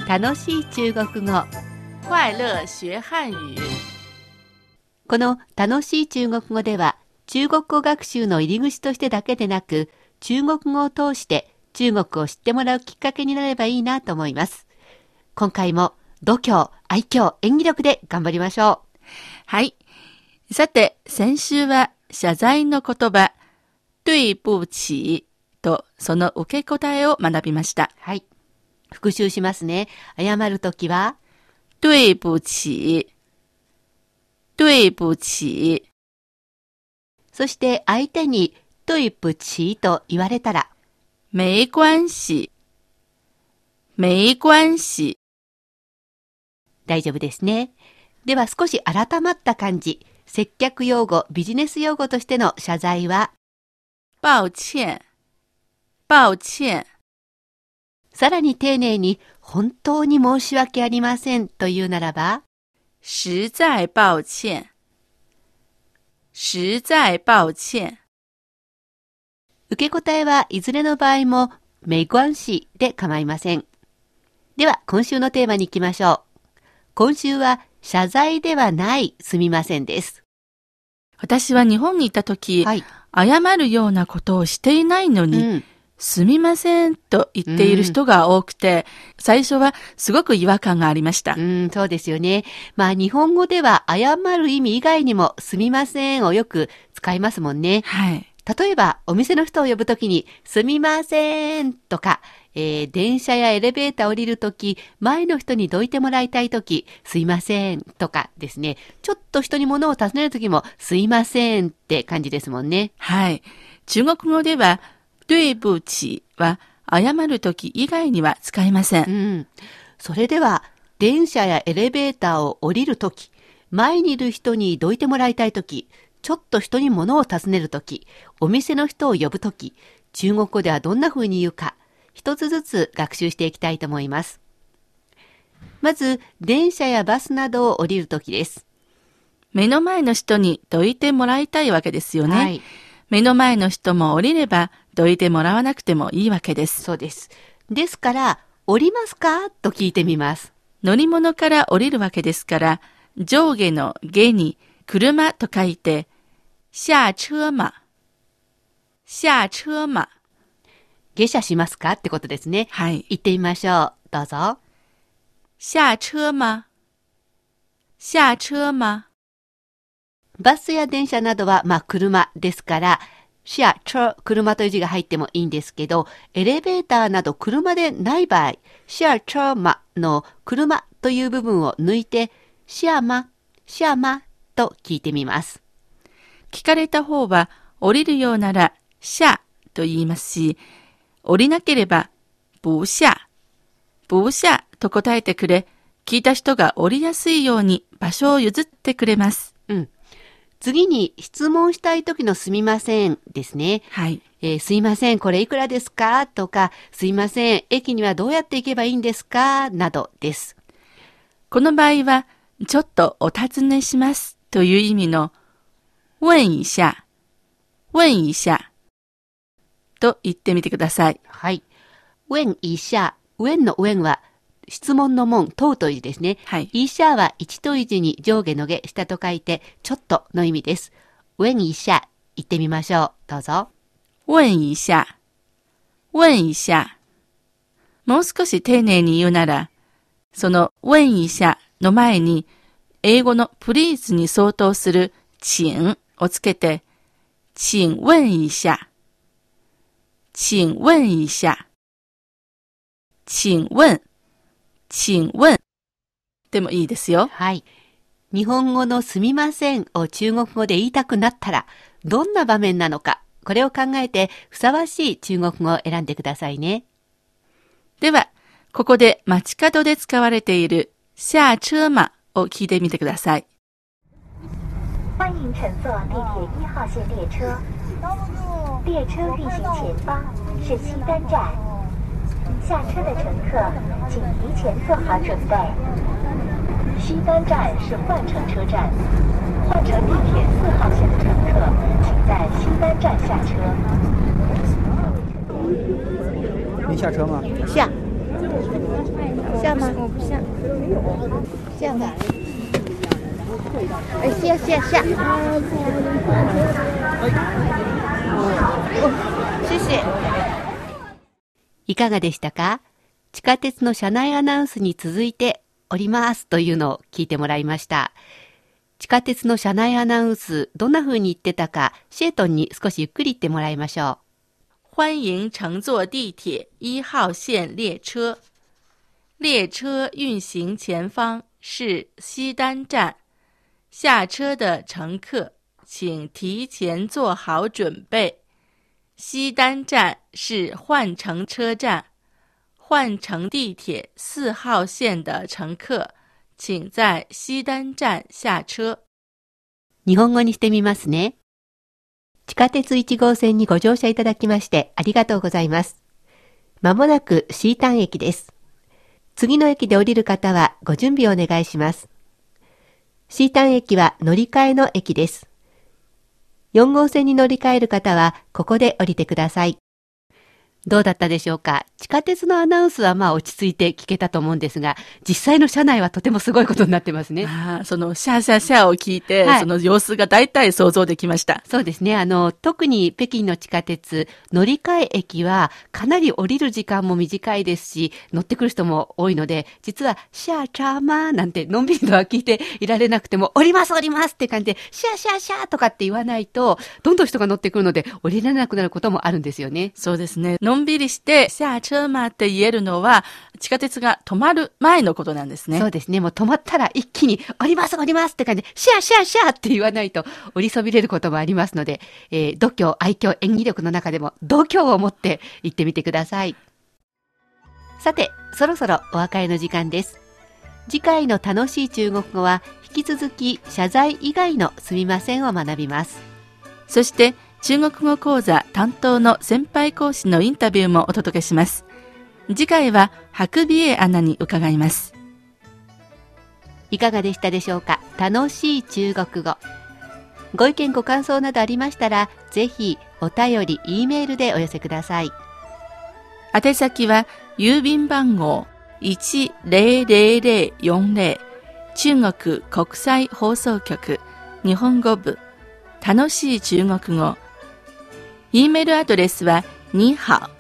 楽しい中国語。 快乐学汉语。 この楽しい中国語では、中国語学習の入り口としてだけでなく、中国語を通して中国を知ってもらうきっかけになればいいなと思います。今回も度胸、愛嬌、演技力で頑張りましょう。 はい。さて、先週は謝罪の言葉、对不起とその受け答えを学びました。 はい。復習しますね。謝るときは、 对不起、对不起。 そして相手に对不起と言われたら、 没关系、没关系。 大丈夫ですね。では少し改まった感じ、接客用語、ビジネス用語としての謝罪は、 抱歉、抱歉。 さらに丁寧に本当に申し訳ありませんというならば、 实在抱歉、实在抱歉。 受け答えはいずれの場合も没关系で構いません。では今週のテーマに行きましょう。今週は謝罪ではないすみませんです。 私は日本にいたとき、 はい。 謝るようなことをしていないのに、すみませんと言っている人が多くて、最初はすごく違和感がありました。 そうですよね。日本語では謝る意味以外にもすみませんをよく使いますもんね。 はい。 例えばお店の人を呼ぶときにすみませんとか、電車やエレベーター降りるとき、前の人にどいてもらいたいとき、すいませんとかですね。ちょっと人に物を尋ねるときもすいませんって感じですもんね。 はい。中国語では对不起は謝るとき以外には使えません。 それでは電車やエレベーターを降りるとき、前にいる人にどいてもらいたいとき、ちょっと人に物を尋ねるとき、お店の人を呼ぶとき、中国語ではどんな風に言うか、一つずつ学習していきたいと思います。まず、電車やバスなどを降りるときです。 目の前の人にどいてもらいたいわけですよね。 はい。 目の前の人も降りればどいてもらわなくてもいいわけです。 そうです。ですから、降りますかと聞いてみます。 乗り物から降りるわけですから、上下の下に車と書いて、下車吗、下車吗。 下車しますかってことですね。 はい。 言ってみましょう。どうぞ。 下車吗、下車吗。 バスや電車などは、車ですから、車、車という字が入ってもいいんですけど、エレベーターなど車でない場合、車の車という部分を抜いて、車と聞いてみます。 聞かれた方は、降りるようなら、下と言いますし、降りなければ、不下と答えてくれ、聞いた人が降りやすいように場所を譲ってくれます。 次に質問したい時のすみませんですね。 はい。 すいません、これいくらですかとか、すいません、駅にはどうやって行けばいいんですかなどです。 この場合は、ちょっとお尋ねしますという意味の、問一下と言ってみてください。 はい。問一下、問の問は質問の問、問うという字ですね。 はい。 一下は一という字に上下の下、下と書いて、ちょっとの意味です。問一下、言ってみましょう。どうぞ。 問一下。もう少し丁寧に言うなら、その問一下の前に、英語の please に相当する请をつけて、請問一下。請問でもいいですよ。 はい。日本語のすみませんを中国語で言いたくなったら、どんな場面なのか、これを考えてふさわしい中国語を選んでくださいね。 では、ここで街角で使われている下車吗を聞いてみてください。 欢迎乘坐地铁1号线列車。列車运行前方是西单站。下車的乘客請提前做好準備。西單站是換乘車站，換乘地鐵4號線的乘客請在西單站下車。 您下车吗？ 下吗？ 我不像。 像吗？下。谢謝。いかがでしたか？地下鉄の車内アナウンスに続いて降りますというのを聞いてもらいました。地下鉄の車内アナウンス、どんな風に言ってたか、シェートンに少しゆっくり言ってもらいましょう。欢迎乘坐地铁1号線列車。列車運行前方是西單站。下車的乘客請提前做好準備。西單站是換乘車站。換乘地鐵4號線的乘客請在西單站下車。 日本語にしてみますね。地下鉄1号線にご乗車いただきましてありがとうございます。まもなくシータン駅です。次の駅で降りる方はご準備をお願いします。シータン駅は乗り換えの駅です。4号線に乗り換える方はここで降りてください。どうだったでしょうか？地下鉄のアナウンスは落ち着いて聞けたと思うんですが、実際の車内はとてもすごいことになってますね。 そのシャーシャーシャーを聞いて、その様子が大体想像できました。 そうですね。特に北京の地下鉄、乗り換え駅はかなり降りる時間も短いですし、乗ってくる人も多いので、実はシャーチャーマーなんてのんびりとは聞いていられなくても、降りますって感じで、シャーシャーシャーとかって言わないと、どんどん人が乗ってくるので、降りられなくなることもあるんですよね。 そうですね。のんびりして、下車まって言えるのは、地下鉄が止まる前のことなんですね。 そうですね。もう止まったら一気に、降りますって感じで、シャーシャーシャーって言わないと、降りそびれることもありますので、度胸、愛嬌、演技力の中でも、度胸を持って行ってみてください。さて、そろそろお別れの時間です。次回の楽しい中国語は、引き続き、謝罪以外のすみませんを学びます。 そして、中国語講座担当の先輩講師のインタビューもお届けします。次回は白美恵アナに伺います。 いかがでしたでしょうか？楽しい中国語。ご意見ご感想などありましたら、ぜひお便り、Eメールでお寄せください。 宛先は郵便番号 10040 中国国際放送局日本語部楽しい中国語。E メールアドレスはには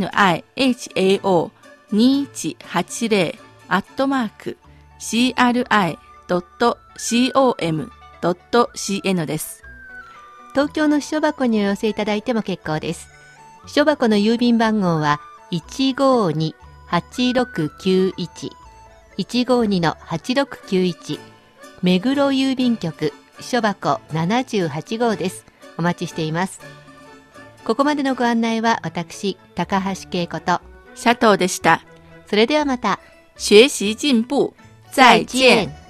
nihao@cri.com.cn です。 東京の支所箱にお寄せいただいても結構です。支所箱の郵便番号は 152-8691 152-8691 目黒郵便局支所箱78号です。お待ちしています。ここまでのご案内は私、高橋恵子と佐藤でした。 それではまた。 学習進步。再見。